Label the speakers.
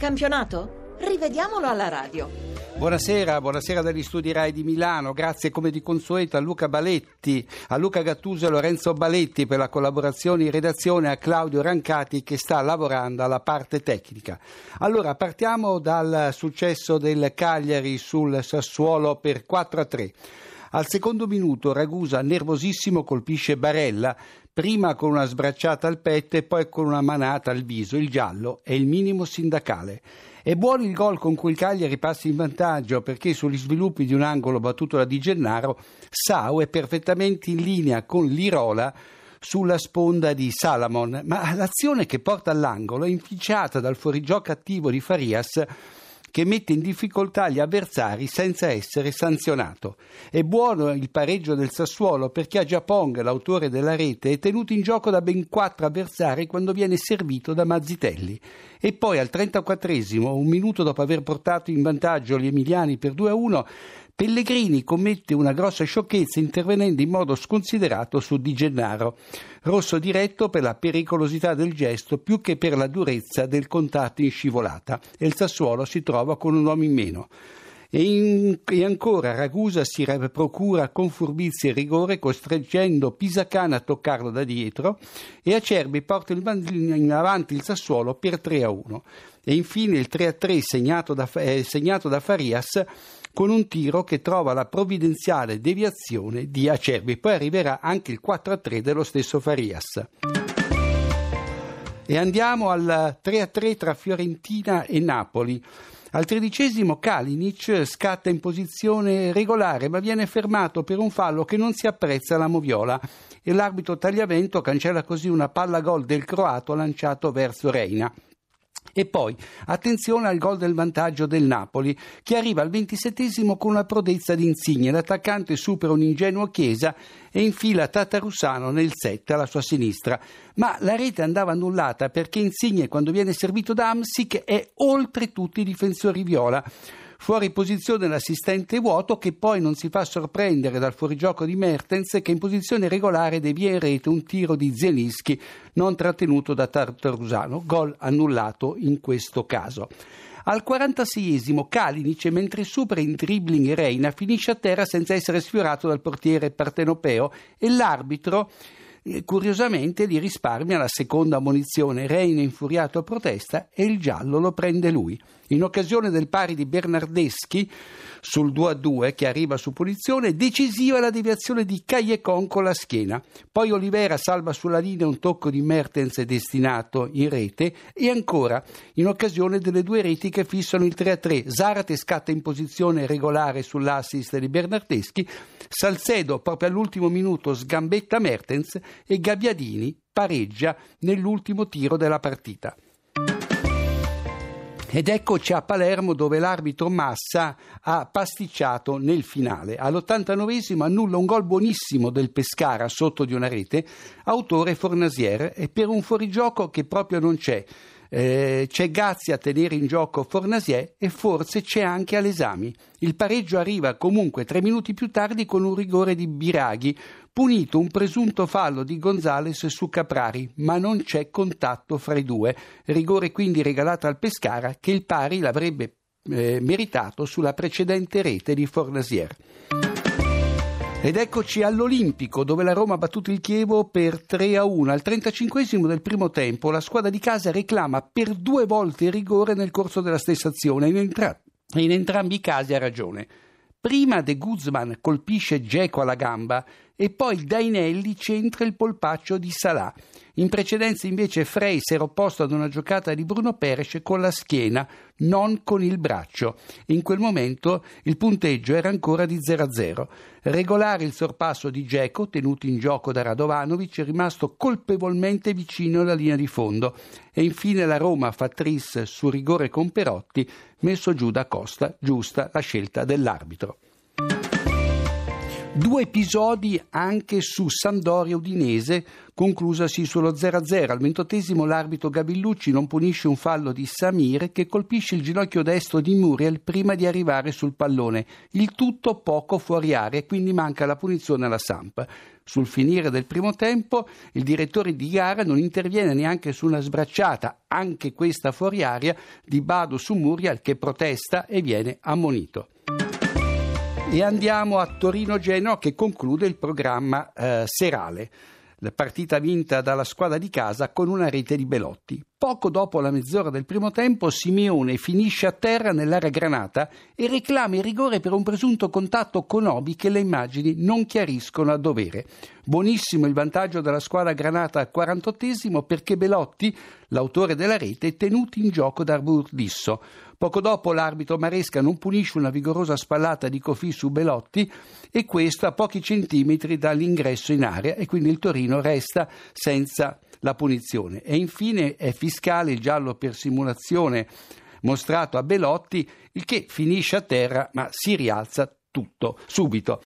Speaker 1: campionato? Rivediamolo alla radio.
Speaker 2: Buonasera dagli studi Rai di Milano. Grazie come di consueto a Luca Baletti, a Luca Gattuso e a Lorenzo Baletti per la collaborazione in redazione, a Claudio Rancati che sta lavorando alla parte tecnica. Allora partiamo dal successo del Cagliari sul Sassuolo per 4-3. Al secondo minuto Ragusa, nervosissimo, colpisce Barella, prima con una sbracciata al petto e poi con una manata al viso. Il giallo è il minimo sindacale. È buono il gol con cui il Cagliari passa in vantaggio, perché sugli sviluppi di un angolo battuto da Di Gennaro, Sau è perfettamente in linea con Lirola sulla sponda di Salamon, ma l'azione che porta all'angolo è inficiata dal fuorigioco attivo di Farias, che mette in difficoltà gli avversari senza essere sanzionato. È buono il pareggio del Sassuolo perché Agiapong, l'autore della rete, è tenuto in gioco da ben 4 avversari quando viene servito da Mazzitelli. E poi al 34esimo, un minuto dopo aver portato in vantaggio gli emiliani per 2-1, Pellegrini commette una grossa sciocchezza intervenendo in modo sconsiderato su Di Gennaro. Rosso diretto per la pericolosità del gesto più che per la durezza del contatto in scivolata, e il Sassuolo si trova con un uomo in meno. E ancora Ragusa si procura con furbizia e rigore, costringendo Pisacane a toccarlo da dietro, e Acerbi porta in avanti il Sassuolo per 3-1. E infine il 3-3 segnato da Farias con un tiro che trova la provvidenziale deviazione di Acerbi. Poi arriverà anche il 4-3 dello stesso Farias. E andiamo al 3-3 tra Fiorentina e Napoli. Al 13esimo Kalinic scatta in posizione regolare, ma viene fermato per un fallo che non si apprezza alla Moviola, e l'arbitro Tagliavento cancella così una palla gol del croato lanciato verso Reina. E poi attenzione al gol del vantaggio del Napoli, che arriva al 27esimo con una prodezza di Insigne. L'attaccante supera un ingenuo Chiesa e infila Tatarussano nel set alla sua sinistra, ma la rete andava annullata perché Insigne, quando viene servito da Hamsik, è oltre tutti i difensori viola. Fuori posizione l'assistente vuoto, che poi non si fa sorprendere dal fuorigioco di Mertens, che in posizione regolare devia in rete un tiro di Zielinski non trattenuto da Tatarusano. Gol annullato in questo caso. Al 46esimo Kalinic, mentre supera in dribbling Reina, finisce a terra senza essere sfiorato dal portiere partenopeo, e l'arbitro curiosamente gli risparmia la seconda ammonizione. Reina infuriato a protesta e il giallo lo prende lui. In occasione del pari di Bernardeschi sul 2-2 che arriva su punizione, decisiva la deviazione di Callecon con la schiena. Poi Olivera salva sulla linea un tocco di Mertens destinato in rete, e ancora in occasione delle 2 reti che fissano il 3-3 Zarate scatta in posizione regolare sull'assist di Bernardeschi, Salcedo proprio all'ultimo minuto sgambetta Mertens e Gabbiadini pareggia nell'ultimo tiro della partita. Ed eccoci a Palermo, dove l'arbitro Massa ha pasticciato nel finale. All'89esimo annulla un gol buonissimo del Pescara sotto di una rete, autore Fornasier, e per un fuorigioco che proprio non c'è. C'è Gazzi a tenere in gioco Fornasier e forse c'è anche Alesami. Il pareggio arriva comunque 3 minuti più tardi con un rigore di Biraghi, punito un presunto fallo di Gonzales su Caprari, ma non c'è contatto fra i due. Rigore quindi regalato al Pescara, che il pari l'avrebbe meritato sulla precedente rete di Fornasier. Ed eccoci all'Olimpico, dove la Roma ha battuto il Chievo per 3-1. Al 35esimo del primo tempo la squadra di casa reclama per 2 volte il rigore nel corso della stessa azione, e in entrambi i casi ha ragione. Prima De Guzman colpisce Dzeko alla gamba e poi Dainelli centra il polpaccio di Salah. In precedenza invece Frey si era opposto ad una giocata di Bruno Peres con la schiena, non con il braccio. In quel momento il punteggio era ancora di 0-0. Regolare il sorpasso di Dzeko, tenuto in gioco da Radovanovic, è rimasto colpevolmente vicino alla linea di fondo. E infine la Roma fa tris su rigore con Perotti, messo giù da Costa, giusta la scelta dell'arbitro. Due episodi anche su Sampdoria Udinese, conclusasi sullo 0-0. Al 28esimo l'arbitro Gavillucci non punisce un fallo di Samir che colpisce il ginocchio destro di Muriel prima di arrivare sul pallone. Il tutto poco fuori area e quindi manca la punizione alla Samp. Sul finire del primo tempo il direttore di gara non interviene neanche su una sbracciata, anche questa fuori area, di Bado su Muriel che protesta e viene ammonito. E andiamo a Torino-Genoa che conclude il programma serale. La partita vinta dalla squadra di casa con una rete di Belotti. Poco dopo la mezz'ora del primo tempo Simeone finisce a terra nell'area granata e reclama il rigore per un presunto contatto con Obi che le immagini non chiariscono a dovere. Buonissimo il vantaggio della squadra granata al 48esimo perché Belotti, l'autore della rete, è tenuto in gioco da Burdisso. Poco dopo l'arbitro Maresca non punisce una vigorosa spallata di Cofì su Belotti e questo a pochi centimetri dall'ingresso in area e quindi il Torino resta senza la punizione. E infine è fiscale il giallo per simulazione mostrato a Belotti, il che finisce a terra ma si rialza tutto subito.